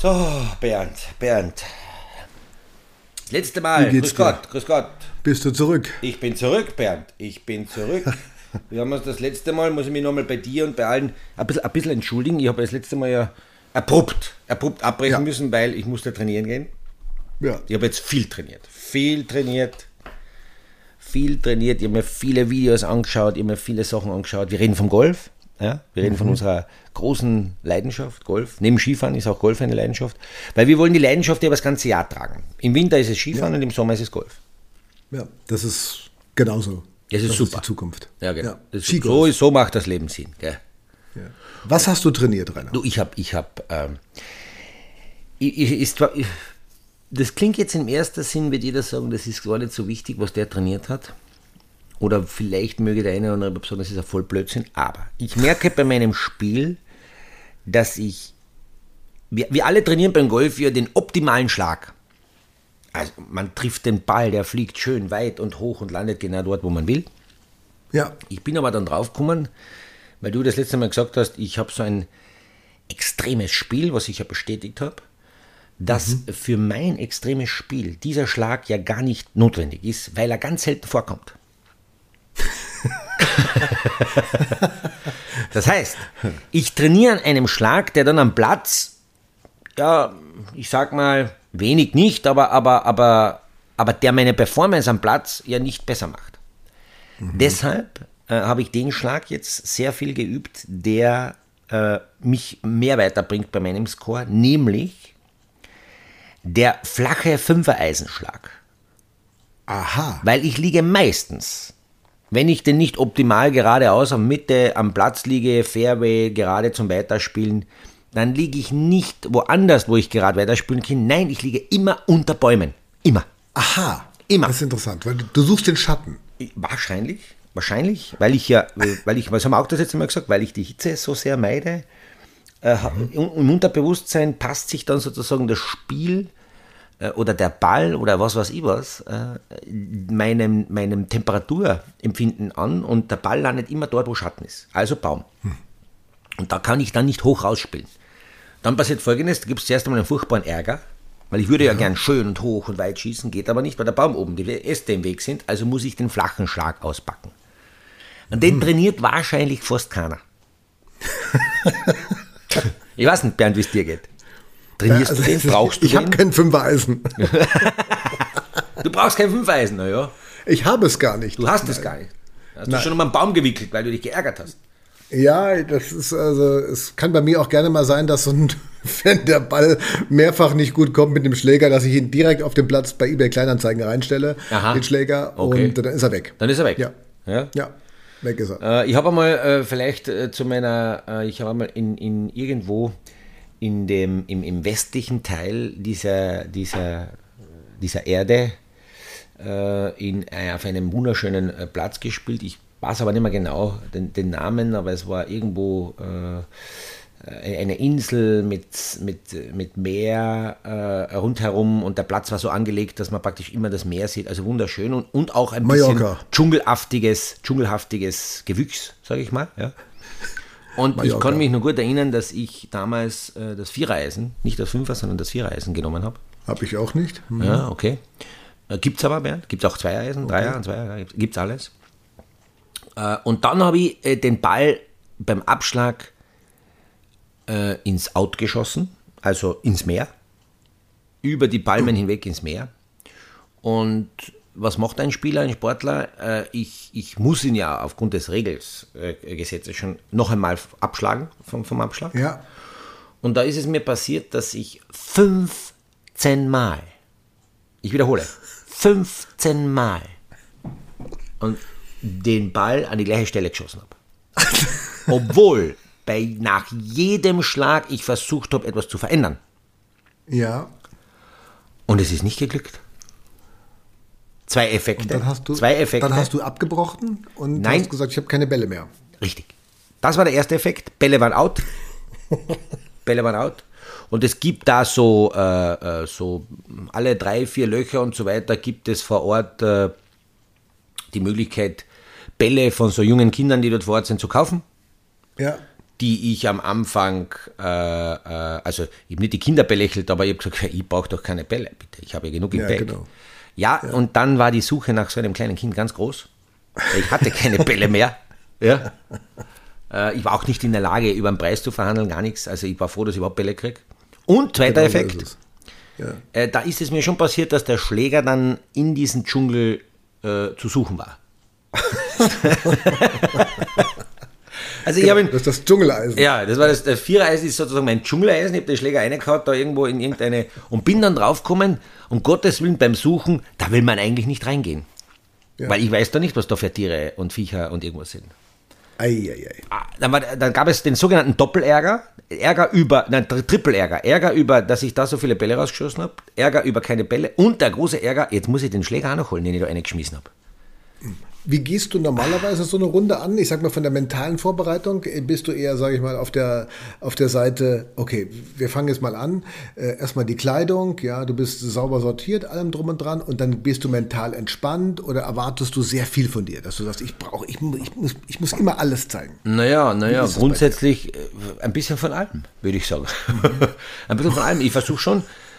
So, Bernd. Letzte Mal. Grüß Gott. Bist du zurück? Ich bin zurück, Bernd. Wir haben uns das letzte Mal, muss ich mich nochmal bei dir und bei allen ein bisschen entschuldigen. Ich habe das letzte Mal ja abrupt abbrechen müssen, weil ich musste trainieren gehen. Ja. Ich habe jetzt viel trainiert. Ich habe mir viele Videos angeschaut, ich habe mir viele Sachen angeschaut. Wir reden vom Golf. Ja? Wir reden von unserer großen Leidenschaft, Golf. Neben Skifahren ist auch Golf eine Leidenschaft. Weil wir wollen die Leidenschaft ja das ganze Jahr tragen. Im Winter ist es Skifahren und im Sommer ist es Golf. Ja, das ist genauso. Das ist super. Ist die Zukunft. Ja, genau. Ja. Das ist so macht das Leben Sinn. Gell? Ja. Was hast du trainiert, Rainer? Du, das klingt jetzt im ersten Sinn, wird jeder sagen, das ist gar nicht so wichtig, was der trainiert hat. Oder vielleicht möge der eine oder andere sagen, das ist ein voll Blödsinn. Aber ich merke bei meinem Spiel, dass wir alle trainieren beim Golf ja den optimalen Schlag. Also man trifft den Ball, der fliegt schön weit und hoch und landet genau dort, wo man will. Ja. Ich bin aber dann draufgekommen, weil du das letzte Mal gesagt hast, ich habe so ein extremes Spiel, was ich ja bestätigt habe, dass für mein extremes Spiel dieser Schlag ja gar nicht notwendig ist, weil er ganz selten vorkommt. Das heißt, ich trainiere an einem Schlag, der dann am Platz, ja, ich sag mal, wenig nicht, aber der meine Performance am Platz ja nicht besser macht. Deshalb habe ich den Schlag jetzt sehr viel geübt, der mich mehr weiterbringt bei meinem Score, nämlich der flache Fünfer-Eisenschlag. Aha. Weil ich liege meistens, wenn ich denn nicht optimal geradeaus am Mitte am Platz liege, Fairway gerade zum Weiterspielen, dann liege ich nicht woanders, wo ich gerade weiterspielen kann. Nein, ich liege immer unter Bäumen. Immer. Aha. Immer. Das ist interessant, weil du suchst den Schatten. Wahrscheinlich, weil ich, was haben wir auch das jetzt mal gesagt, weil ich die Hitze so sehr meide. Im Unterbewusstsein passt sich dann sozusagen das Spiel oder der Ball oder was weiß ich was, meinem Temperaturempfinden an und der Ball landet immer dort, wo Schatten ist, also Baum. Und da kann ich dann nicht hoch rausspielen. Dann passiert Folgendes, da gibt es zuerst einmal einen furchtbaren Ärger, weil ich würde ja gern schön und hoch und weit schießen, geht aber nicht, weil der Baum oben, die Äste im Weg sind, also muss ich den flachen Schlag auspacken. Und den trainiert wahrscheinlich fast keiner. Ich weiß nicht, Bernd, wie es dir geht. Trainierst du den? Brauchst du den? Ich habe kein Fünfer-Eisen. Du brauchst kein Fünfeisen, naja. Ich habe es gar nicht. Du hast es gar nicht. Hast du schon um einen Baum gewickelt, weil du dich geärgert hast? Ja, das ist es kann bei mir auch gerne mal sein, dass wenn der Ball mehrfach nicht gut kommt mit dem Schläger, dass ich ihn direkt auf den Platz bei eBay Kleinanzeigen reinstelle, den Schläger, okay. Und dann ist er weg. Dann ist er weg? Ja, weg ist er. Ich habe einmal ich habe einmal irgendwo im westlichen Teil dieser Erde auf einem wunderschönen Platz gespielt. Ich weiß aber nicht mehr genau den Namen, aber es war irgendwo eine Insel mit Meer rundherum und der Platz war so angelegt, dass man praktisch immer das Meer sieht, also wunderschön und auch ein Mallorca. bisschen dschungelhaftiges Gewüchs, sage ich mal. Ja. Und Mallorca. Ich kann mich noch gut erinnern, dass ich damals das Vierereisen, nicht das Fünfer, sondern das Vierereisen genommen habe. Habe ich auch nicht. Ja, okay. Gibt es aber, Bernd, gibt es auch Zweiereisen, Dreier, gibt es alles. Und dann habe ich den Ball beim Abschlag ins Out geschossen, also ins Meer, über die Palmen hinweg ins Meer. Und was macht ein Spieler, ein Sportler? Ich muss ihn ja aufgrund des Regelgesetzes schon noch einmal abschlagen vom Abschlag. Ja. Und da ist es mir passiert, dass ich 15 Mal, ich wiederhole, 15 Mal und den Ball an die gleiche Stelle geschossen habe. Obwohl nach jedem Schlag ich versucht habe, etwas zu verändern. Ja. Und es ist nicht geglückt. Zwei Effekte. Dann hast du abgebrochen und hast gesagt, ich habe keine Bälle mehr. Richtig. Das war der erste Effekt. Bälle waren out. Und es gibt da so alle 3-4 Löcher und so weiter gibt es vor Ort die Möglichkeit, Bälle von so jungen Kindern, die dort vor Ort sind, zu kaufen. Ja. die ich am Anfang, also ich habe nicht die Kinder belächelt, aber ich habe gesagt, ich brauche doch keine Bälle, bitte, ich habe ja genug im Bag. Genau. Ja, und dann war die Suche nach so einem kleinen Kind ganz groß. Ich hatte keine Bälle mehr. Ja. Ich war auch nicht in der Lage, über einen Preis zu verhandeln, gar nichts. Also ich war froh, dass ich überhaupt Bälle kriege. Und zweiter Effekt, da ist es mir schon passiert, dass der Schläger dann in diesem Dschungel zu suchen war. Also ich das ist das Dschungeleisen. Ja, das war das Vierereisen ist sozusagen mein Dschungeleisen. Ich habe den Schläger reingehauen, da irgendwo in irgendeine und bin dann draufgekommen, um Gottes Willen beim Suchen, da will man eigentlich nicht reingehen. Ja. Weil ich weiß da nicht, was da für Tiere und Viecher und irgendwas sind. Dann gab es den sogenannten Doppelärger, Trippelärger. Ärger über, dass ich da so viele Bälle rausgeschossen habe, Ärger über keine Bälle und der große Ärger, jetzt muss ich den Schläger auch noch holen, den ich da reingeschmissen habe. Wie gehst du normalerweise so eine Runde an? Ich sag mal, von der mentalen Vorbereitung bist du eher, sage ich mal, auf der Seite, okay, wir fangen jetzt mal an. Erstmal die Kleidung, ja, du bist sauber sortiert, allem drum und dran, und dann bist du mental entspannt, oder erwartest du sehr viel von dir, dass du sagst, ich muss immer alles zeigen? Naja, grundsätzlich ein bisschen von allem, würde ich sagen. Ein bisschen von allem. Ich versuche schon,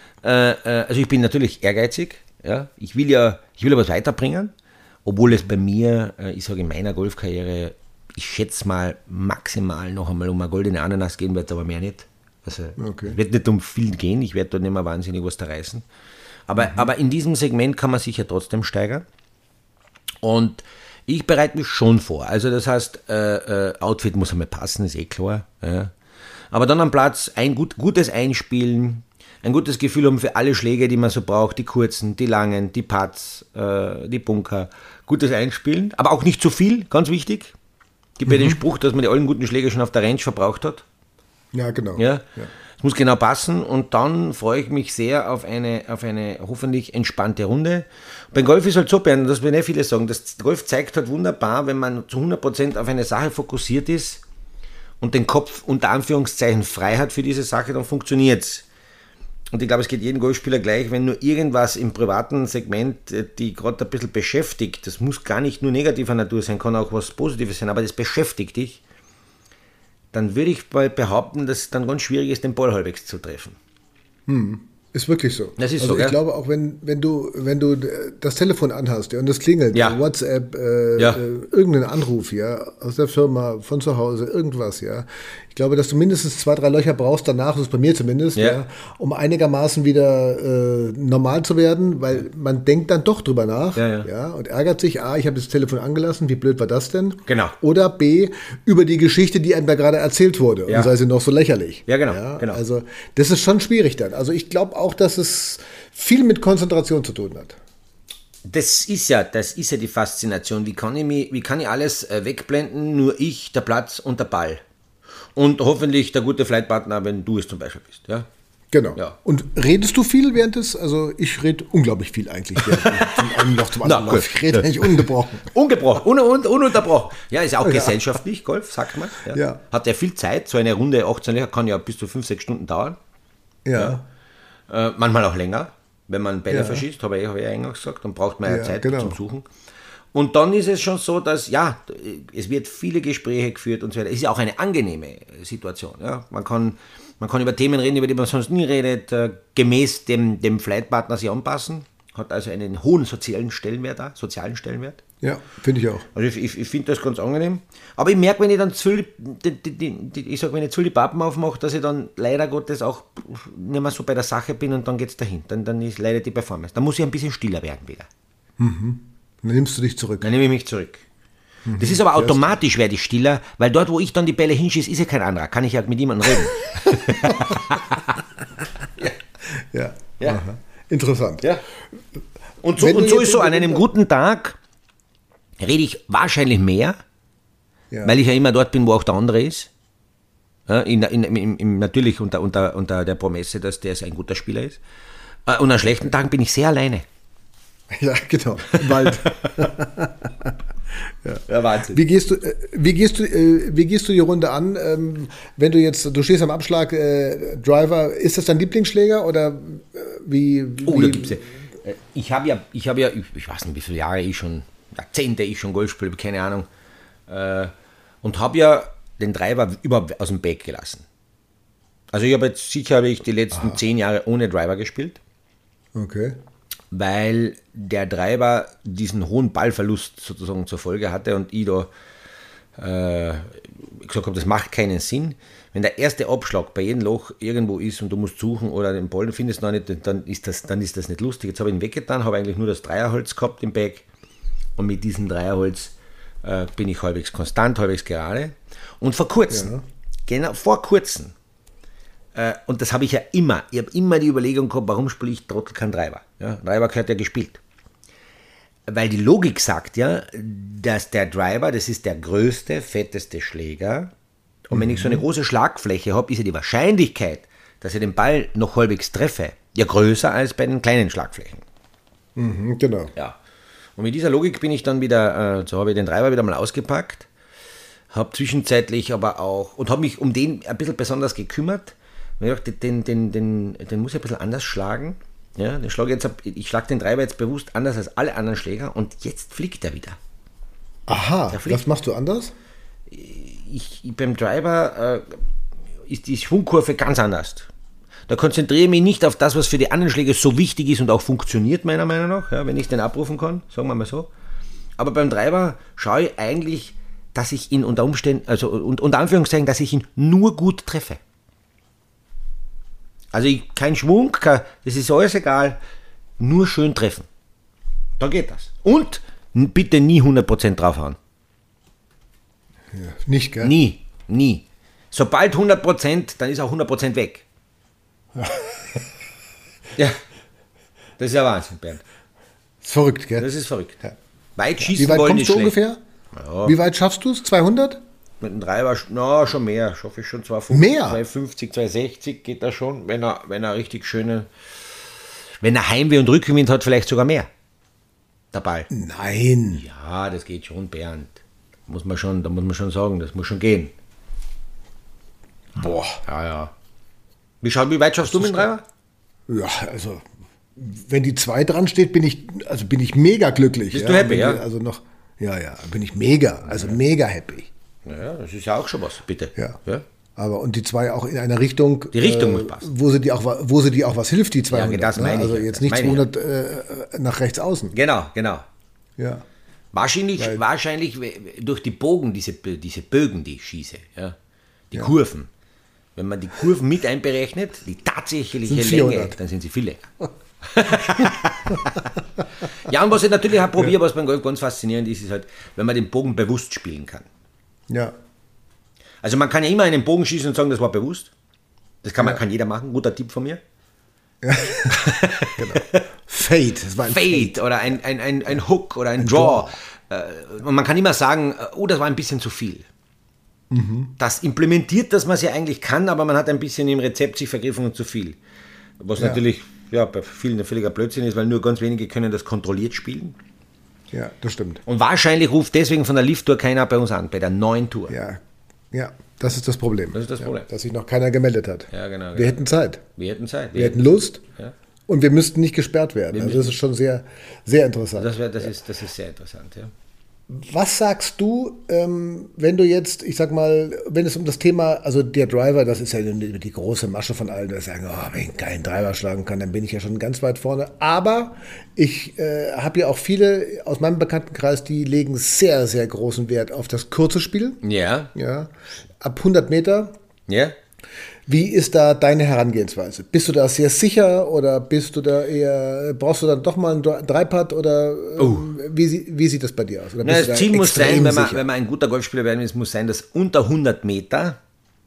also ich bin natürlich ehrgeizig, ja, ich will ja was weiterbringen. Obwohl es bei mir, ich sage in meiner Golfkarriere, ich schätze mal maximal noch einmal um eine goldene Ananas gehen wird, aber mehr nicht. Also es wird nicht um viel gehen, ich werde da nicht mehr wahnsinnig was da reißen. Aber in diesem Segment kann man sich ja trotzdem steigern. Und ich bereite mich schon vor. Also das heißt, Outfit muss einmal passen, ist eh klar. Ja. Aber dann am Platz ein gutes Einspielen, ein gutes Gefühl haben für alle Schläge, die man so braucht, die kurzen, die langen, die Putts, die Bunker. Gutes Einspielen, aber auch nicht zu viel, ganz wichtig. Gibt ja den Spruch, dass man die allen guten Schläge schon auf der Range verbraucht hat. Ja, genau. Ja. Es muss genau passen, und dann freue ich mich sehr auf eine hoffentlich entspannte Runde. Beim Golf ist halt so, Bernd, das werden viele sagen, das Golf zeigt halt wunderbar, wenn man zu 100% auf eine Sache fokussiert ist und den Kopf unter Anführungszeichen frei hat für diese Sache, dann funktioniert es. Und ich glaube, es geht jedem Golfspieler gleich, wenn nur irgendwas im privaten Segment die gerade ein bisschen beschäftigt, das muss gar nicht nur negativer Natur sein, kann auch was Positives sein, aber das beschäftigt dich, dann würde ich mal behaupten, dass es dann ganz schwierig ist, den Ball halbwegs zu treffen. Ist wirklich so. Das ist also so, ich glaube auch, wenn du das Telefon anhast, und das klingelt, WhatsApp, irgendein Anruf, aus der Firma, von zu Hause, irgendwas, Ich glaube, dass du mindestens 2, 3 Löcher brauchst danach, das ist bei mir zumindest, um einigermaßen wieder normal zu werden, weil man denkt dann doch drüber nach, und ärgert sich, ich habe das Telefon angelassen, wie blöd war das denn? Genau. Oder B, über die Geschichte, die einem da gerade erzählt wurde, und sei sie noch so lächerlich. Ja, genau. Also das ist schon schwierig dann. Also ich glaube auch, dass es viel mit Konzentration zu tun hat. Das ist ja die Faszination. Wie kann ich alles wegblenden? Nur ich, der Platz und der Ball. Und hoffentlich der gute Flightpartner, wenn du es zum Beispiel bist. Ja? Genau. Ja. Und redest du viel während des? Also ich rede unglaublich viel eigentlich. Von einem Loch zum anderen Loch. Ich rede eigentlich ungebrochen. Ununterbrochen. Ja, ist ja auch gesellschaftlich, Golf, sagt man. Ja. Hat ja viel Zeit. So eine Runde 18 Löcher kann ja bis zu 5-6 Stunden dauern. Ja. Manchmal auch länger, wenn man Bälle verschießt, habe ich eingangs gesagt, dann braucht man ja Zeit zum Suchen. Und dann ist es schon so, dass, es wird viele Gespräche geführt und so weiter. Es ist ja auch eine angenehme Situation. Ja? Man kann über Themen reden, über die man sonst nie redet, gemäß dem Flightpartner sich anpassen. Hat also einen hohen sozialen Stellenwert. Ja, finde ich auch. Also ich finde das ganz angenehm. Aber ich merke, wenn ich dann zu die Pappen aufmache, dass ich dann leider Gottes auch nicht mehr so bei der Sache bin, und dann geht es dahin. Dann ist leider die Performance. Dann muss ich ein bisschen stiller werden wieder. Dann nimmst du dich zurück. Dann nehme ich mich zurück. Das ist aber automatisch, werde ich stiller, weil dort, wo ich dann die Bälle hinschieße, ist ja kein anderer. Kann ich ja mit jemandem reden. Ja. Interessant. Ja. Und so ist so, an einem guten Tag rede ich wahrscheinlich mehr, weil ich ja immer dort bin, wo auch der andere ist. Ja, natürlich unter der Prämisse, dass der ein guter Spieler ist. Und an schlechten Tagen bin ich sehr alleine. Ja, genau. Im Wald. Ja, Wahnsinn. Wie gehst du die Runde an? Wenn du stehst am Abschlag, Driver, ist das dein Lieblingsschläger oder wie? Da gibt's ja. Ich habe ja, ich weiß nicht, wie viele Jahre Jahrzehnte ich schon Golf spiele, keine Ahnung. Und habe ja den Driver überhaupt aus dem Bag gelassen. Also ich habe jetzt sicherlich die letzten 10 Jahre ohne Driver gespielt. Okay. Weil der Driver diesen hohen Ballverlust sozusagen zur Folge hatte und ich da gesagt habe, das macht keinen Sinn. Wenn der erste Abschlag bei jedem Loch irgendwo ist und du musst suchen oder den Ball findest noch nicht, dann ist das nicht lustig. Jetzt habe ich ihn weggetan, habe eigentlich nur das Dreierholz gehabt im Bag und mit diesem Dreierholz bin ich halbwegs konstant, halbwegs gerade. Und vor kurzem, und das habe ich habe immer die Überlegung gehabt, warum spiele ich Trottel kein Driver? Ja, Driver gehört ja gespielt. Weil die Logik sagt ja, dass der Driver, das ist der größte, fetteste Schläger. Und wenn ich so eine große Schlagfläche habe, ist ja die Wahrscheinlichkeit, dass ich den Ball noch halbwegs treffe, ja größer als bei den kleinen Schlagflächen. Genau. Ja. Und mit dieser Logik bin ich dann wieder, so habe ich den Driver wieder mal ausgepackt, habe zwischenzeitlich aber auch, und habe mich um den ein bisschen besonders gekümmert. Den muss ich ein bisschen anders schlagen. Ja, ich schlage den Driver jetzt bewusst anders als alle anderen Schläger und jetzt fliegt er wieder. Aha, was machst du anders? Beim Driver ist die Schwungkurve ganz anders. Da konzentriere ich mich nicht auf das, was für die anderen Schläge so wichtig ist und auch funktioniert, meiner Meinung nach, ja, wenn ich den abrufen kann, sagen wir mal so. Aber beim Driver schaue ich eigentlich, dass ich ihn unter Umständen, also unter Anführungszeichen, dass ich ihn nur gut treffe. Also kein Schwung, das ist alles egal, nur schön treffen. Da geht das. Und bitte nie 100% draufhauen. Ja, nicht, gell? Nie. Sobald 100%, dann ist auch 100% weg. Ja, das ist ja Wahnsinn, Bernd. Das ist verrückt, gell? Das ist verrückt. Ja. Weit schießen Wie weit wollen kommst du ungefähr? Ja. Wie weit schaffst du es? 200? Mit dem Driver, schon mehr. Schaffe ich schon 250, mehr? 250, 260 geht das schon, wenn er richtig schöne, wenn er Heimweh und Rückenwind hat, vielleicht sogar mehr. Der Ball. Nein. Ja, das geht schon, Bernd. Da muss man schon sagen, das muss schon gehen. Boah. Ja. Wie weit schaffst du mit dem Driver? Ja, also wenn die 2 dran steht, bin ich mega glücklich. Bist du happy, ja? Also noch, bin ich mega happy. Ja, das ist ja auch schon was, bitte. Ja. Aber und die 2 auch in einer Richtung. Die Richtung muss passen. Wo sie dir auch was hilft, die 200. Ja, das meine ich. Also jetzt nicht 200 nach rechts außen. Genau. Ja. Wahrscheinlich durch die Bogen, diese Bögen, die ich schieße, ja, die Kurven. Wenn man die Kurven mit einberechnet, die tatsächliche Länge, dann sind sie viel länger. Ja, und was ich natürlich auch probiere, was beim Golf ganz faszinierend ist halt, wenn man den Bogen bewusst spielen kann. Ja. Also man kann ja immer einen Bogen schießen und sagen, das war bewusst. Das kann jeder machen, guter Tipp von mir. Ja. Genau. Fade. Das war ein Fade oder ein Hook oder ein Draw. Und man kann immer sagen, das war ein bisschen zu viel. Das implementiert, dass man es ja eigentlich kann, aber man hat ein bisschen im Rezept sich vergriffen und zu viel. Was natürlich bei vielen ein völliger Blödsinn ist, weil nur ganz wenige können das kontrolliert spielen. Ja, das stimmt. Und wahrscheinlich ruft deswegen von der Lift-Tour keiner bei uns an, bei der neuen Tour. Ja, das ist das Problem. Dass sich noch keiner gemeldet hat. Ja, genau. Wir hätten Zeit. Wir hätten Lust. Ja. Und wir müssten nicht gesperrt werden. Also das ist schon sehr, sehr interessant. Das ist sehr interessant, ja. Was sagst du, wenn du jetzt, ich sag mal, wenn es um das Thema, also der Driver, das ist ja die große Masche von allen, die sagen, wenn ich keinen Driver schlagen kann, dann bin ich ja schon ganz weit vorne. Aber ich habe ja auch viele aus meinem Bekanntenkreis, die legen sehr, sehr großen Wert auf das kurze Spiel. Ja. Ab 100 Meter. Ja. Wie ist da deine Herangehensweise? Bist du da sehr sicher oder bist du da eher, brauchst du dann doch mal einen Dreipad oder wie sieht das bei dir aus? Oder das Ziel muss sein, wenn man ein guter Golfspieler werden will, muss sein, dass unter 100 Meter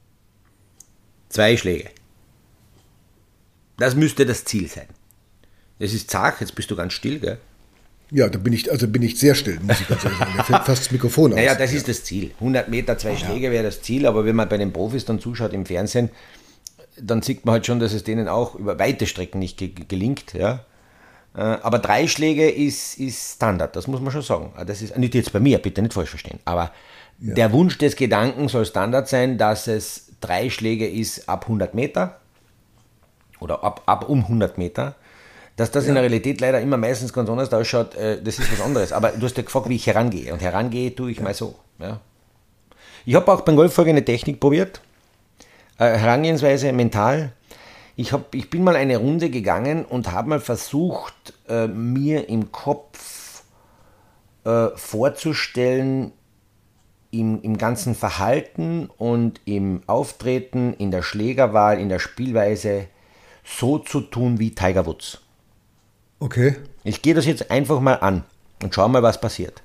2 Schläge. Das müsste das Ziel sein. Das ist zart, jetzt bist du ganz still, gell? Ja, da bin ich sehr still, muss ich ganz ehrlich sagen. Da fällt fast das Mikrofon aus. Naja, das ist das Ziel. 100 Meter, 2 Schläge wäre das Ziel, aber wenn man bei den Profis dann zuschaut im Fernsehen, dann sieht man halt schon, dass es denen auch über weite Strecken nicht gelingt. Ja? Aber 3 Schläge ist Standard, das muss man schon sagen. Das ist nicht jetzt bei mir, bitte nicht falsch verstehen, aber der Wunsch des Gedanken soll Standard sein, dass es 3 Schläge ist ab 100 Meter oder ab um 100 Meter. Dass das in der Realität leider immer meistens ganz anders ausschaut, das ist was anderes. Aber du hast ja gefragt, wie ich herangehe. Und herangehe tue ich mal so. Ja. Ich habe auch beim Golf folgende Technik probiert. Herangehensweise mental. Ich bin mal eine Runde gegangen und habe mal versucht, mir im Kopf vorzustellen, im ganzen Verhalten und im Auftreten, in der Schlägerwahl, in der Spielweise so zu tun wie Tiger Woods. Okay. Ich gehe das jetzt einfach mal an und schau mal, was passiert.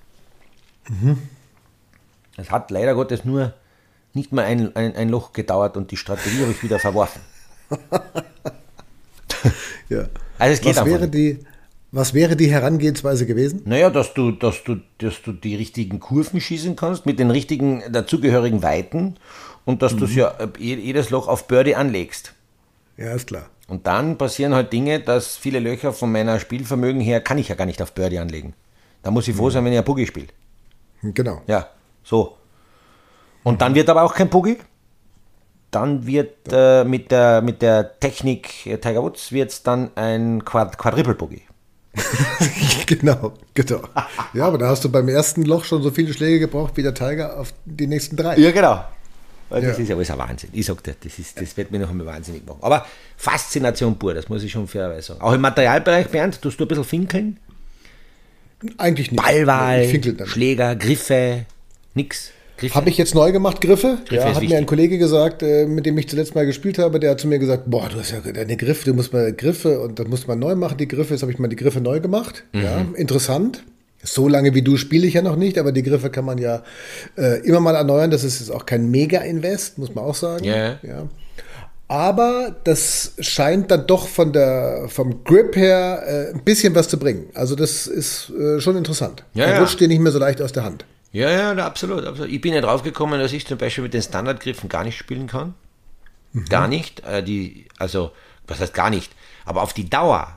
Es hat leider Gottes nur nicht mal ein Loch gedauert und die Strategie habe ich wieder verworfen. Ja. Also es geht was wäre die Herangehensweise gewesen? Naja, dass du die richtigen Kurven schießen kannst mit den richtigen dazugehörigen Weiten und dass du jedes Loch auf Birdie anlegst. Ja, ist klar. Und dann passieren halt Dinge, dass viele Löcher von meiner Spielvermögen her kann ich ja gar nicht auf Birdie anlegen. Da muss ich froh sein, wenn ich ein Boogie spiele. Genau. Ja, so. Und dann wird aber auch kein Boogie. Dann wird mit der Technik Tiger Woods wird's dann ein Quadruple Boogie. Genau. Ja, aber da hast du beim ersten Loch schon so viele Schläge gebraucht wie der Tiger auf die nächsten 3. Ja, genau. Das ist ja alles ein Wahnsinn. Ich sag dir, das wird mir noch einmal wahnsinnig machen. Aber Faszination pur, das muss ich schon fairerweise sagen. Auch im Materialbereich, Bernd, tust du ein bisschen finkeln? Eigentlich nicht. Ballwahl, Schläger, Griffe, nix. Habe ich jetzt neu gemacht, Griffe? Ja, hat mir ein Kollege gesagt, mit dem ich zuletzt mal gespielt habe, der hat zu mir gesagt, boah, du hast ja deine Griffe, du musst mal Griffe und das musst man neu machen, die Griffe. Jetzt habe ich mal die Griffe neu gemacht. Ja, interessant. So lange wie du spiele ich ja noch nicht, aber die Griffe kann man ja immer mal erneuern. Das ist jetzt auch kein Mega-Invest, muss man auch sagen. Yeah. Ja. Aber das scheint dann doch vom Grip her ein bisschen was zu bringen. Also das ist schon interessant. Er rutscht dir nicht mehr so leicht aus der Hand. Ja, absolut. Ich bin ja drauf gekommen, dass ich zum Beispiel mit den Standardgriffen gar nicht spielen kann. Gar nicht. Also, was heißt gar nicht? Aber auf die Dauer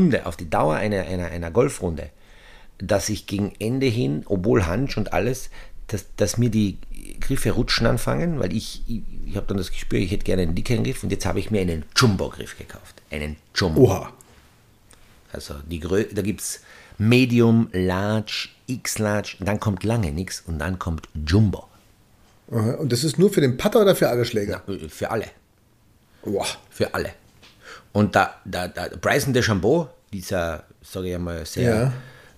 einer Golfrunde, dass ich gegen Ende hin, obwohl Hansch und alles, dass mir die Griffe rutschen anfangen, weil ich habe dann das Gespür, ich hätte gerne einen dickeren Griff und jetzt habe ich mir einen Jumbo-Griff gekauft. Einen Jumbo. Oha. Also da gibt es Medium, Large, X-Large, und dann kommt lange nichts und dann kommt Jumbo. Aha. Und das ist nur für den Putter oder für alle Schläger? Ja, für alle. Wow. Für alle. Und da Bryson DeChambeau, dieser, sage ich mal, sehr,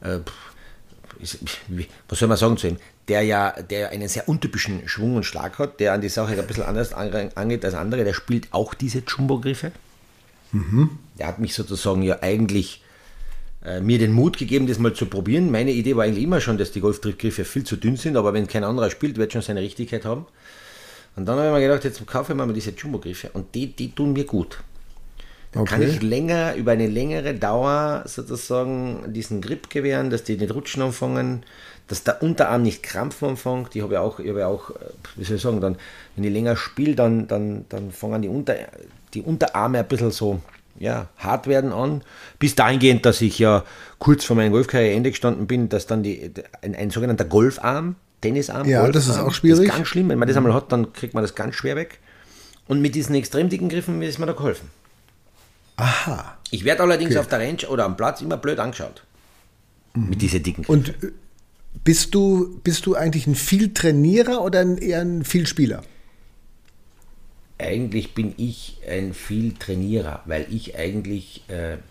was soll man sagen zu ihm, der einen sehr untypischen Schwung und Schlag hat, der an die Sache ein bisschen anders angeht als andere, der spielt auch diese Jumbo-Griffe. Der hat mich sozusagen ja eigentlich mir den Mut gegeben, das mal zu probieren. Meine Idee war eigentlich immer schon, dass die Golfgriffe viel zu dünn sind, aber wenn kein anderer spielt, wird schon seine Richtigkeit haben. Und dann habe ich mir gedacht, jetzt kaufe ich mir mal diese Jumbo-Griffe und die tun mir gut. Dann kann ich über eine längere Dauer sozusagen diesen Grip gewähren, dass die nicht rutschen anfangen, dass der Unterarm nicht krampfen anfängt. Ich habe ja auch, wie soll ich sagen, dann, wenn ich länger spiele, dann fangen die Unterarme ein bisschen so hart werden an. Bis dahingehend, dass ich ja kurz vor meinem Golfkarriereende gestanden bin, dass dann ein sogenannter Golfarm, Tennisarm, ja, Golfarm, das ist auch schwierig. Das ist ganz schlimm. Wenn man das einmal hat, dann kriegt man das ganz schwer weg. Und mit diesen extrem dicken Griffen ist mir da geholfen. Aha. Ich werde allerdings auf der Range oder am Platz immer blöd angeschaut. Mit diesen dicken Griffen. Und bist du eigentlich ein Vieltrainierer oder eher ein Vielspieler? Eigentlich bin ich ein Vieltrainierer, weil ich eigentlich,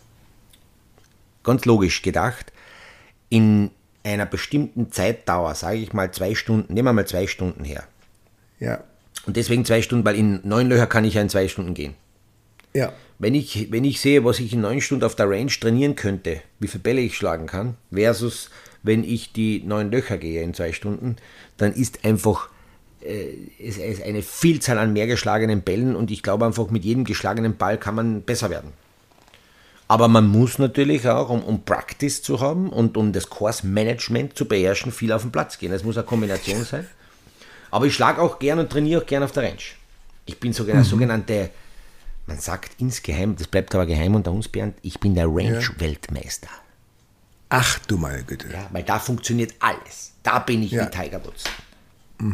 ganz logisch gedacht, in einer bestimmten Zeitdauer, sage ich mal 2 Stunden, nehmen wir mal 2 Stunden her. Ja. Und deswegen 2 Stunden, weil in 9 Löcher kann ich ja in 2 Stunden gehen. Ja. Wenn ich sehe, was ich in 9 Stunden auf der Range trainieren könnte, wie viele Bälle ich schlagen kann, versus wenn ich die 9 Löcher gehe in 2 Stunden, dann ist einfach es ist eine Vielzahl an mehr geschlagenen Bällen und ich glaube einfach, mit jedem geschlagenen Ball kann man besser werden. Aber man muss natürlich auch, um Practice zu haben und um das Course-Management zu beherrschen, viel auf den Platz gehen. Das muss eine Kombination sein. Aber ich schlage auch gern und trainiere auch gern auf der Range. Ich bin sogar sogenannte, man sagt insgeheim, das bleibt aber geheim unter uns, Bernd, ich bin der Range-Weltmeister. Ach du meine Güte. Ja, weil da funktioniert alles. Da bin ich wie Tiger Woods.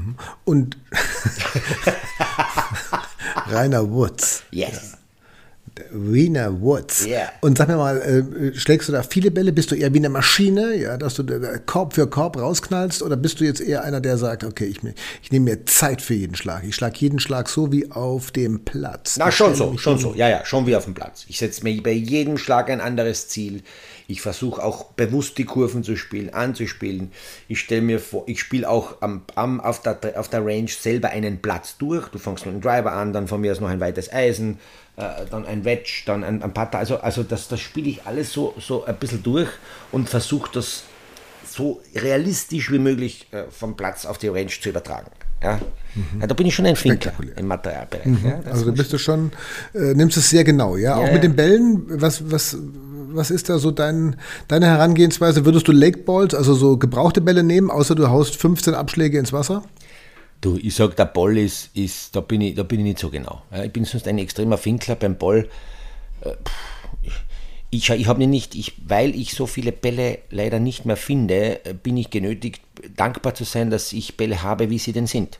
Und Rainer Woods. Yes. Wiener Woods. Yeah. Und sag mir mal, schlägst du da viele Bälle? Bist du eher wie eine Maschine, ja, dass du Korb für Korb rausknallst? Oder bist du jetzt eher einer, der sagt, okay, ich nehme mir Zeit für jeden Schlag. Ich schlage jeden Schlag so wie auf dem Platz. Na, schon so. Ja, schon wie auf dem Platz. Ich setze mir bei jedem Schlag ein anderes Ziel. Ich versuche auch bewusst die Kurven anzuspielen. Ich stelle mir vor, ich spiele auch auf der Range selber einen Platz durch. Du fängst mit einem Driver an, dann von mir aus noch ein weites Eisen, dann ein Wedge, dann ein Putter. Also das spiele ich alles so ein bisschen durch und versuche das so realistisch wie möglich vom Platz auf die Range zu übertragen. Ja? Ja, da bin ich schon ein Finkler im Materialbereich. Ja, also da bist du schon, nimmst es sehr genau, ja? Auch mit den Bällen, was ist da so deine Herangehensweise? Würdest du Lake Balls, also so gebrauchte Bälle nehmen, außer du haust 15 Abschläge ins Wasser? Du, ich sag, der Ball ist da bin ich nicht so genau. Ich bin sonst ein extremer Finkler beim Ball. Weil ich so viele Bälle leider nicht mehr finde, bin ich genötigt, dankbar zu sein, dass ich Bälle habe, wie sie denn sind.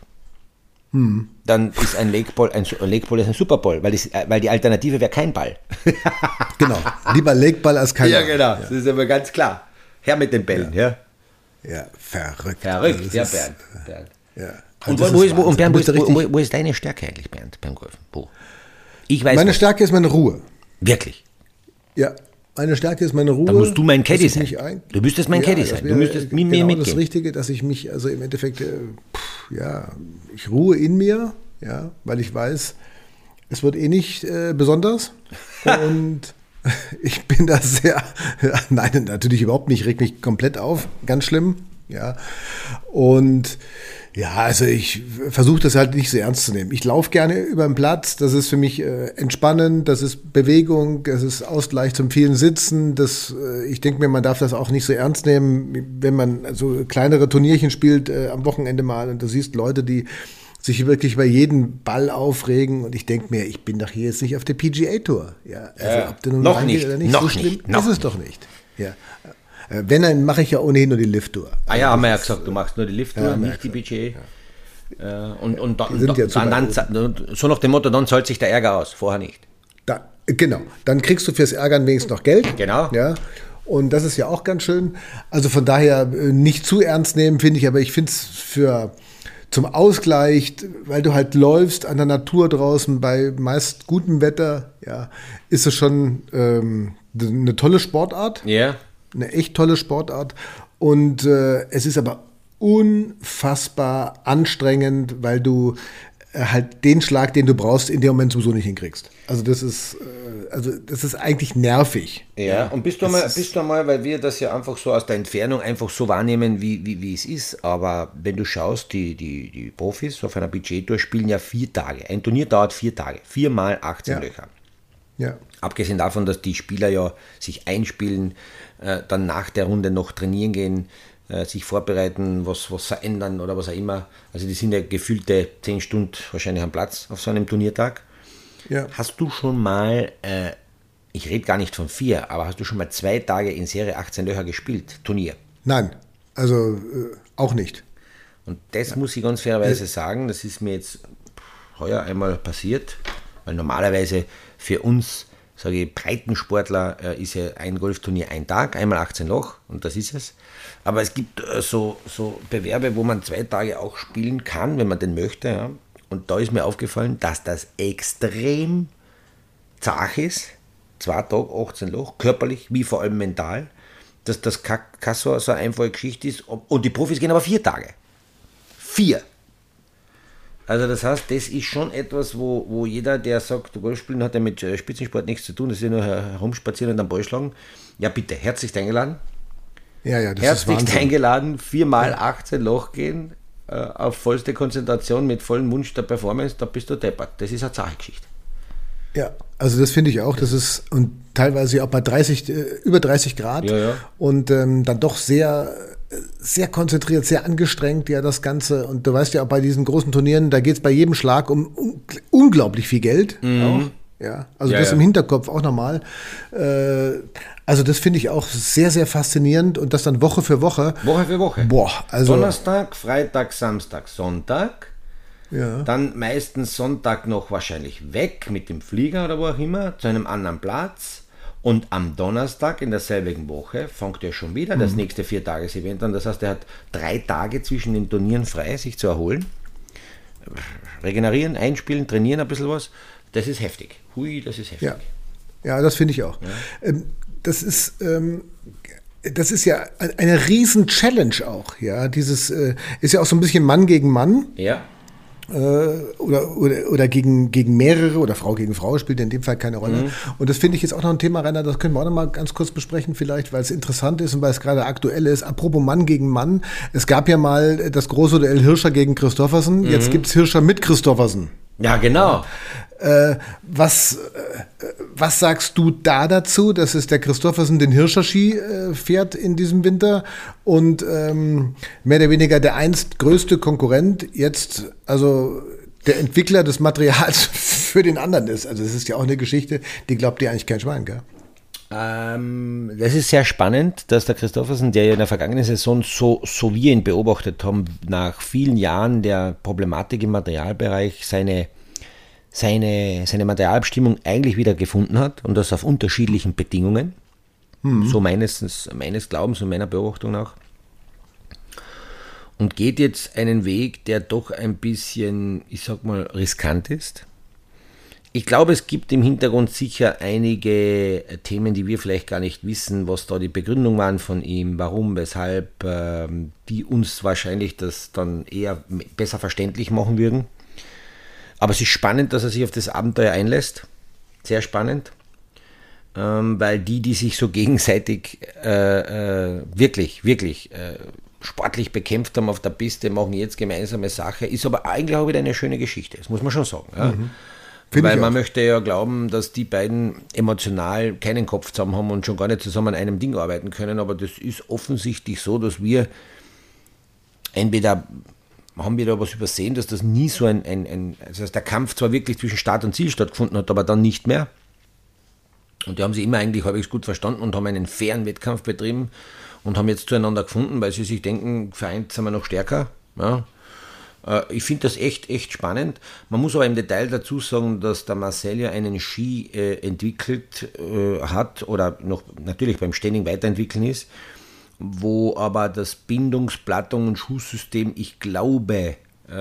Dann ist ein Lake Ball ist ein Super Ball, weil die Alternative wäre kein Ball. Genau, lieber Lake Ball als kein Ball. Ja, genau, das ist aber ganz klar. Her mit den Bällen, ja. Ja, verrückt. Verrückt, ja, Bernd. Ja. Und wo ist deine Stärke eigentlich, Bernd, beim Golfen? Wo? Meine Stärke ist meine Ruhe. Wirklich? Ja, meine Stärke ist meine Ruhe. Dann musst du mein Caddy sein. Du müsstest mein Caddy sein. Du müsstest mit mir mitgehen. Das Richtige, dass ich mich, also im Endeffekt, ich ruhe in mir, ja, weil ich weiß, es wird eh nicht besonders. Und ich bin da nein, natürlich überhaupt nicht, ich reg mich komplett auf, ganz schlimm, ja. Und ja, also ich versuche das halt nicht so ernst zu nehmen. Ich laufe gerne über den Platz, das ist für mich entspannend, das ist Bewegung, das ist Ausgleich zum vielen Sitzen. Ich denke mir, man darf das auch nicht so ernst nehmen, wenn man so kleinere Turnierchen spielt am Wochenende mal und du siehst Leute, die sich wirklich bei jedem Ball aufregen und ich denke mir, ich bin doch hier jetzt nicht auf der PGA-Tour. Ja, also ob der nun noch nicht, oder nicht, noch so schlimm nicht, noch ist es doch nicht. Ja. Wenn, dann mache ich ja ohnehin nur die Lift-Tour. Ah ja, haben wir ja gesagt, du machst nur die Lift-Tour, nicht die PGA. Ja. Und dann, so nach dem Motto, dann zahlt sich der Ärger aus, vorher nicht. Genau, dann kriegst du fürs Ärgern wenigstens noch Geld. Genau. Ja. Und das ist ja auch ganz schön. Also von daher nicht zu ernst nehmen, finde ich, aber ich finde es zum Ausgleich, weil du halt läufst an der Natur draußen bei meist gutem Wetter, ja, ist es schon eine tolle Sportart. Ja. Yeah. Eine echt tolle Sportart und es ist aber unfassbar anstrengend, weil du halt den Schlag, den du brauchst, in dem Moment sowieso nicht hinkriegst. Also das ist eigentlich nervig. Ja, und bist du mal, weil wir das ja einfach so aus der Entfernung einfach so wahrnehmen, wie es ist, aber wenn du schaust, die Profis auf einer PGA-Tour spielen ja 4 Tage. Ein Turnier dauert 4 Tage, 4 mal 18 Löcher. Ja. Abgesehen davon, dass die Spieler ja sich einspielen, dann nach der Runde noch trainieren gehen, sich vorbereiten, was verändern oder was auch immer. Also die sind ja gefühlte 10 Stunden wahrscheinlich am Platz auf so einem Turniertag. Ja. Hast du schon mal, ich rede gar nicht von 4, aber hast du schon mal 2 Tage in Serie 18 Löcher gespielt, Turnier? Nein, also auch nicht. Und das muss ich ganz fairerweise sagen, das ist mir jetzt heuer einmal passiert, weil normalerweise für uns, sage ich, Breitensportler ist ja ein Golfturnier ein Tag, einmal 18 Loch und das ist es. Aber es gibt so Bewerbe, wo man 2 Tage auch spielen kann, wenn man den möchte. Ja. Und da ist mir aufgefallen, dass das extrem zart ist. 2 Tage, 18 Loch, körperlich wie vor allem mental. Dass das keine so eine einfache Geschichte ist. Und die Profis gehen aber 4 Tage. 4. Also das heißt, das ist schon etwas, wo jeder, der sagt, Golf spielen hat ja mit Spitzensport nichts zu tun, das ist ja nur herumspazieren und am Ball schlagen. Ja bitte, herzlichst eingeladen. Ja, das herzlichst ist eingeladen, 4 mal 18 Loch gehen, auf vollste Konzentration, mit vollem Wunsch der Performance, da bist du deppert. Das ist eine Sache-Geschichte. Ja, also das finde ich auch, das ist, und teilweise auch bei über 30 Grad und dann doch sehr konzentriert, sehr angestrengt, ja, das Ganze. Und du weißt ja auch bei diesen großen Turnieren, da geht es bei jedem Schlag um unglaublich viel Geld. Auch, ja. Also das im Hinterkopf auch nochmal. Also das finde ich auch sehr, sehr faszinierend und das dann Woche für Woche. Woche für Woche. Boah, also Donnerstag, Freitag, Samstag, Sonntag. Ja. Dann meistens Sonntag noch wahrscheinlich weg mit dem Flieger oder wo auch immer, zu einem anderen Platz. Und am Donnerstag in derselben Woche fängt er schon wieder das nächste 4-Tages-Event an. Das heißt, er hat 3 Tage zwischen den Turnieren frei, sich zu erholen. Regenerieren, einspielen, trainieren ein bisschen was. Das ist heftig. Hui, das ist heftig. Ja, das finde ich auch. Ja. Das ist ja eine riesen Challenge auch. Ja, dieses ist ja auch so ein bisschen Mann gegen Mann. Ja. Oder gegen mehrere oder Frau gegen Frau, spielt in dem Fall keine Rolle. Und das finde ich jetzt auch noch ein Thema, Rainer, das können wir auch noch mal ganz kurz besprechen vielleicht, weil es interessant ist und weil es gerade aktuell ist. Apropos Mann gegen Mann, es gab ja mal das große Duell Hirscher gegen Christoffersen, jetzt gibt es Hirscher mit Christoffersen. Ja, genau. Was sagst du da dazu, dass es der Christoffersen den Hirscher-Ski fährt in diesem Winter und mehr oder weniger der einst größte Konkurrent jetzt, also der Entwickler des Materials für den anderen ist? Also es ist ja auch eine Geschichte, die glaubt dir eigentlich kein Schwein, gell? Das ist sehr spannend, dass der Christoffersen, der ja in der vergangenen Saison so wir ihn beobachtet haben, nach vielen Jahren der Problematik im Materialbereich seine Materialbestimmung eigentlich wieder gefunden hat und das auf unterschiedlichen Bedingungen, so meines Glaubens und meiner Beobachtung nach, und geht jetzt einen Weg, der doch ein bisschen, ich sag mal, riskant ist. Ich glaube, es gibt im Hintergrund sicher einige Themen, die wir vielleicht gar nicht wissen, was da die Begründung waren von ihm, warum, weshalb, die uns wahrscheinlich das dann eher besser verständlich machen würden. Aber es ist spannend, dass er sich auf das Abenteuer einlässt. Sehr spannend. Weil die sich so gegenseitig wirklich sportlich bekämpft haben auf der Piste, machen jetzt gemeinsame Sache. Ist aber eigentlich auch wieder eine schöne Geschichte. Das muss man schon sagen. Ja. Weil man möchte ja glauben, dass die beiden emotional keinen Kopf zusammen haben und schon gar nicht zusammen an einem Ding arbeiten können. Aber das ist offensichtlich so, dass wir entweder haben wir da was übersehen, dass das nie so also der Kampf zwar wirklich zwischen Start und Ziel stattgefunden hat, aber dann nicht mehr. Und die haben sich immer eigentlich halbwegs gut verstanden und haben einen fairen Wettkampf betrieben und haben jetzt zueinander gefunden, weil sie sich denken, vereint sind wir noch stärker. Ja. Ich finde das echt spannend. Man muss aber im Detail dazu sagen, dass der Marcel ja einen Ski entwickelt hat oder noch natürlich beim ständigen Weiterentwickeln ist, wo aber das Bindungsplattung- und Schuhsystem, ich glaube,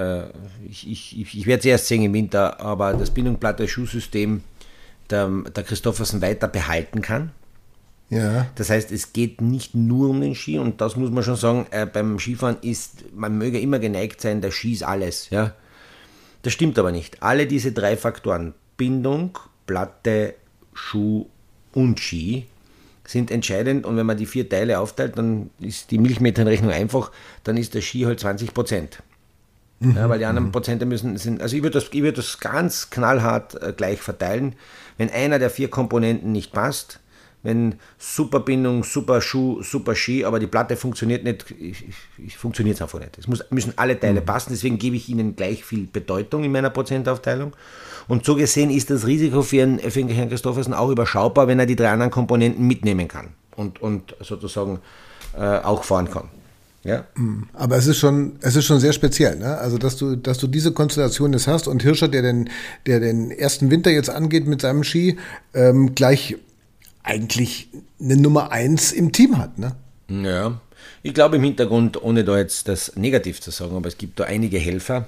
ich werde es erst sehen im Winter, aber das Bindungsplattung-Schuhsystem der Christoffersen weiter behalten kann. Ja. Das heißt, es geht nicht nur um den Ski und das muss man schon sagen, beim Skifahren man möge immer geneigt sein, der Ski ist alles. Ja? Das stimmt aber nicht. Alle diese 3 Faktoren, Bindung, Platte, Schuh und Ski, sind entscheidend und wenn man die 4 Teile aufteilt, dann ist die Milchmädchenrechnung einfach, dann ist der Ski halt 20%. Ja, weil die anderen Prozente also ich würde das ganz knallhart gleich verteilen. Wenn einer der 4 Komponenten nicht passt, wenn super Bindung, super Schuh, super Ski, aber die Platte funktioniert nicht, funktioniert es einfach nicht. Es müssen alle Teile passen, deswegen gebe ich ihnen gleich viel Bedeutung in meiner Prozentaufteilung. Und so gesehen ist das Risiko für Herrn Christoffersen auch überschaubar, wenn er die 3 anderen Komponenten mitnehmen kann und sozusagen auch fahren kann. Ja. Aber es ist schon sehr speziell, ne? Also dass du diese Konstellation jetzt hast und Hirscher, der den ersten Winter jetzt angeht mit seinem Ski, gleich eigentlich eine Nummer 1 im Team hat, ne? Ja, ich glaube im Hintergrund, ohne da jetzt das negativ zu sagen, aber es gibt da einige Helfer.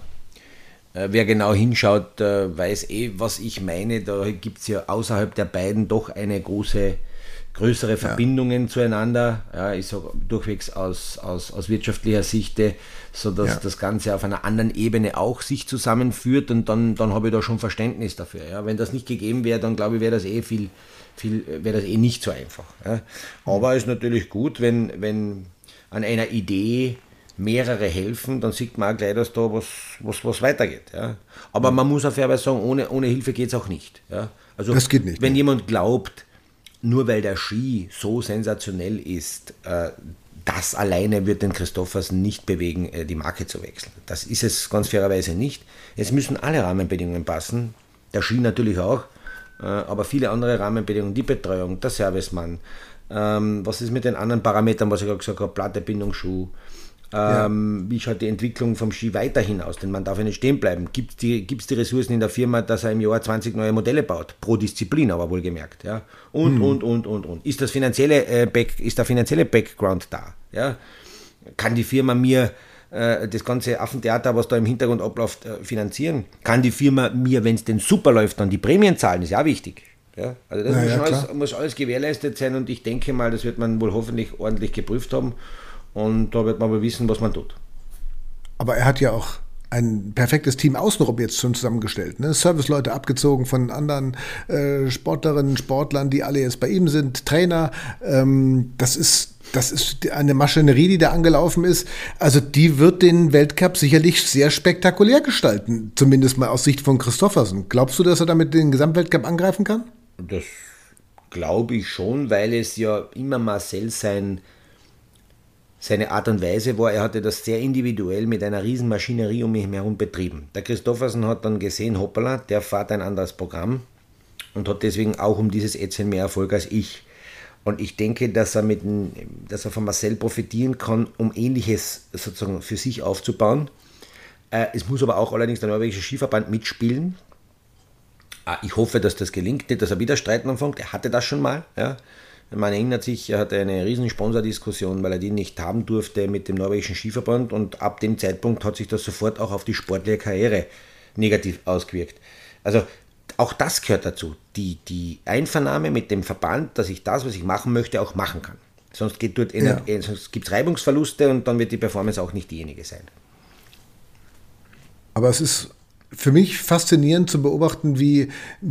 Wer genau hinschaut, weiß was ich meine. Da gibt es ja außerhalb der beiden doch eine größere Verbindungen zueinander. Ja, ich sage durchwegs aus wirtschaftlicher Sicht, sodass das Ganze auf einer anderen Ebene auch sich zusammenführt und dann habe ich da schon Verständnis dafür. Ja. Wenn das nicht gegeben wäre, dann glaube ich, wäre das wäre das nicht so einfach. Ja. Aber es ist natürlich gut, wenn an einer Idee mehrere helfen, dann sieht man auch gleich, dass da was weitergeht. Ja. Aber man muss auf jeden Fall sagen, ohne Hilfe geht es auch nicht. Ja. Also das geht nicht. Wenn jemand glaubt, nur weil der Ski so sensationell ist, das alleine wird den Christoffersen nicht bewegen, die Marke zu wechseln. Das ist es ganz fairerweise nicht. Es müssen alle Rahmenbedingungen passen, der Ski natürlich auch, aber viele andere Rahmenbedingungen, die Betreuung, der Servicemann, was ist mit den anderen Parametern, was ich gerade gesagt habe, Platte, Bindung, Schuh, Wie schaut die Entwicklung vom Ski weiterhin aus? Denn man darf ja nicht stehen bleiben. Gibt es die Ressourcen in der Firma, dass er im Jahr 20 neue Modelle baut? Pro Disziplin aber wohlgemerkt. Ja? Und. Ist der finanzielle Background da? Ja? Kann die Firma mir das ganze Affentheater, was da im Hintergrund abläuft, finanzieren? Kann die Firma mir, wenn es denn super läuft, dann die Prämien zahlen? Das ist ja wichtig. Ja? Also das muss alles gewährleistet sein und ich denke mal, das wird man wohl hoffentlich ordentlich geprüft haben. Und da wird man aber wissen, was man tut. Aber er hat ja auch ein perfektes Team außenrum jetzt schon zusammengestellt. Ne? Serviceleute abgezogen von anderen Sportlerinnen, Sportlern, die alle jetzt bei ihm sind, Trainer. Das ist eine Maschinerie, die da angelaufen ist. Also die wird den Weltcup sicherlich sehr spektakulär gestalten, zumindest mal aus Sicht von Christoffersen. Glaubst du, dass er damit den Gesamtweltcup angreifen kann? Das glaube ich schon, weil es ja immer Marcel seine Art und Weise war, er hatte das sehr individuell mit einer riesen Maschinerie um ihn herum betrieben. Der Christoffersen hat dann gesehen, hoppala, der fährt ein anderes Programm und hat deswegen auch um dieses Ätzchen mehr Erfolg als ich. Und ich denke, dass er von Marcel profitieren kann, um Ähnliches sozusagen für sich aufzubauen. Es muss aber auch allerdings der norwegische Skiverband mitspielen. Ich hoffe, dass das gelingt, nicht, dass er wieder Streiten anfängt. Er hatte das schon mal, ja. Man erinnert sich, er hatte eine riesen Sponsordiskussion, weil er die nicht haben durfte mit dem norwegischen Skiverband und ab dem Zeitpunkt hat sich das sofort auch auf die sportliche Karriere negativ ausgewirkt. Also auch das gehört dazu, die Einvernahme mit dem Verband, dass ich das, was ich machen möchte, auch machen kann. Sonst gibt es Reibungsverluste und dann wird die Performance auch nicht diejenige sein. Aber es ist für mich faszinierend zu beobachten, wie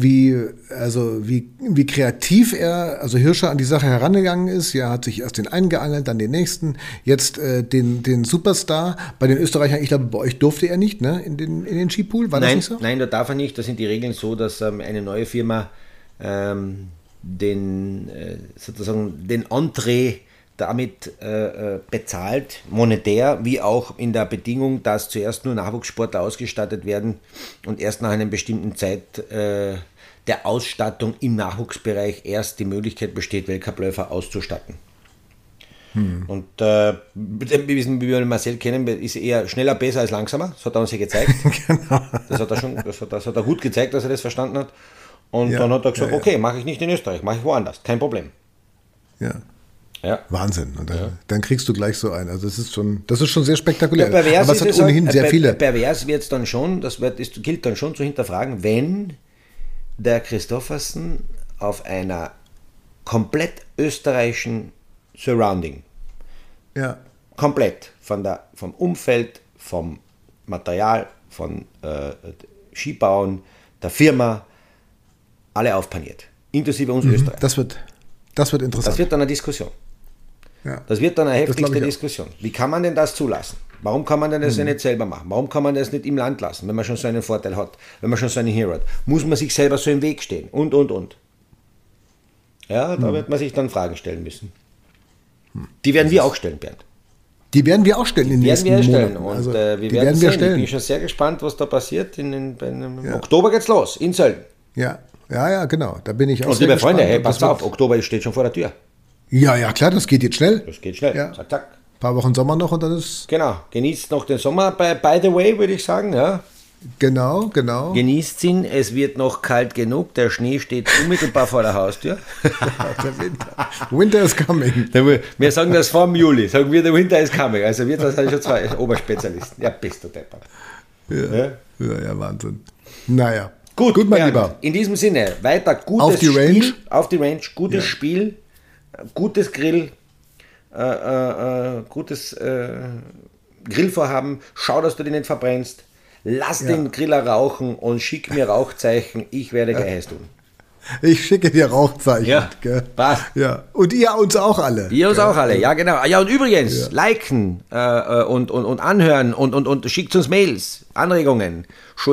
kreativ also Hirscher an die Sache herangegangen ist. Ja, hat sich erst den einen geangelt, dann den nächsten, jetzt den Superstar. Bei den Österreichern, ich glaube, bei euch durfte er nicht, ne? In den Skipool, war das nicht so? Nein, da darf er nicht. Da sind die Regeln so, dass eine neue Firma den Entree damit bezahlt, monetär, wie auch in der Bedingung, dass zuerst nur Nachwuchssportler ausgestattet werden und erst nach einer bestimmten Zeit der Ausstattung im Nachwuchsbereich erst die Möglichkeit besteht, Weltcupläufer auszustatten. Und wie wir Marcel kennen, ist eher schneller besser als langsamer. Das hat er uns ja gezeigt. Genau. Das hat er gut gezeigt, dass er das verstanden hat. Und dann hat er gesagt, okay, mache ich nicht in Österreich, mache ich woanders, kein Problem. Ja. Ja. Wahnsinn. Und dann kriegst du gleich so einen. Also das ist schon sehr spektakulär. Ja, aber es hat ohnehin sehr viele. Pervers wird es dann schon, gilt dann schon zu hinterfragen, wenn der Christoffersen auf einer komplett österreichischen Surrounding, komplett vom Umfeld, vom Material, von Skibauen, der Firma, alle aufpaniert, inklusive uns Österreich. Das wird interessant. Das wird dann eine Diskussion. Ja. Das wird dann eine heftigste Diskussion. Wie kann man denn das zulassen? Warum kann man denn das nicht selber machen? Warum kann man das nicht im Land lassen, wenn man schon so einen Vorteil hat, wenn man schon so einen Hero hat? Muss man sich selber so im Weg stehen? Und. Ja, da wird man sich dann Fragen stellen müssen. Die werden wir auch stellen, Bernd. Die werden wir auch stellen in den nächsten Monaten. Und also, wir werden sehen. Ich bin schon sehr gespannt, was da passiert. Im Oktober geht's los, in Sölden. Ja, genau. Da bin ich auch sehr gespannt. Und liebe Freunde, hey, passt auf, Oktober steht schon vor der Tür. Ja, klar, das geht jetzt schnell. Das geht schnell, ja. Zack, zack. Ein paar Wochen Sommer noch und dann ist... Genau, genießt noch den Sommer, by the way, würde ich sagen, ja. Genau. Genießt ihn, es wird noch kalt genug, der Schnee steht unmittelbar vor der Haustür. Der Winter. Winter is coming. Wir sagen das vor dem Juli, sagen wir, der Winter is coming. Also wir das schon zwei Oberspezialisten. Ja, bist du Deppert. Ja, Wahnsinn. Naja. Gut, mein Lieber. In diesem Sinne, weiter gutes Spiel. Auf die Range, gutes Spiel, gutes Grill, gutes Grillvorhaben. Schau, dass du den nicht verbrennst. Lass den Griller rauchen und schick mir Rauchzeichen. Ich werde Geheiß tun. Ich schicke dir Rauchzeichen. Ja, passt. Ja. Und ihr uns auch alle. Ihr uns auch alle, ja genau. Ja, und übrigens, liken und anhören und schickt uns Mails, Anregungen.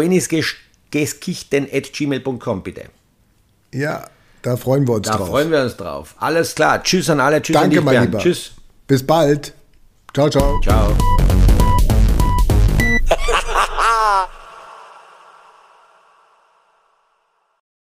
schoenisgeskichten@gmail.com bitte. Ja, da freuen wir uns drauf. Da freuen wir uns drauf. Alles klar. Tschüss an alle. Tschüss Danke, an dich, mein Bernd. Lieber. Tschüss. Bis bald. Ciao. Ciao.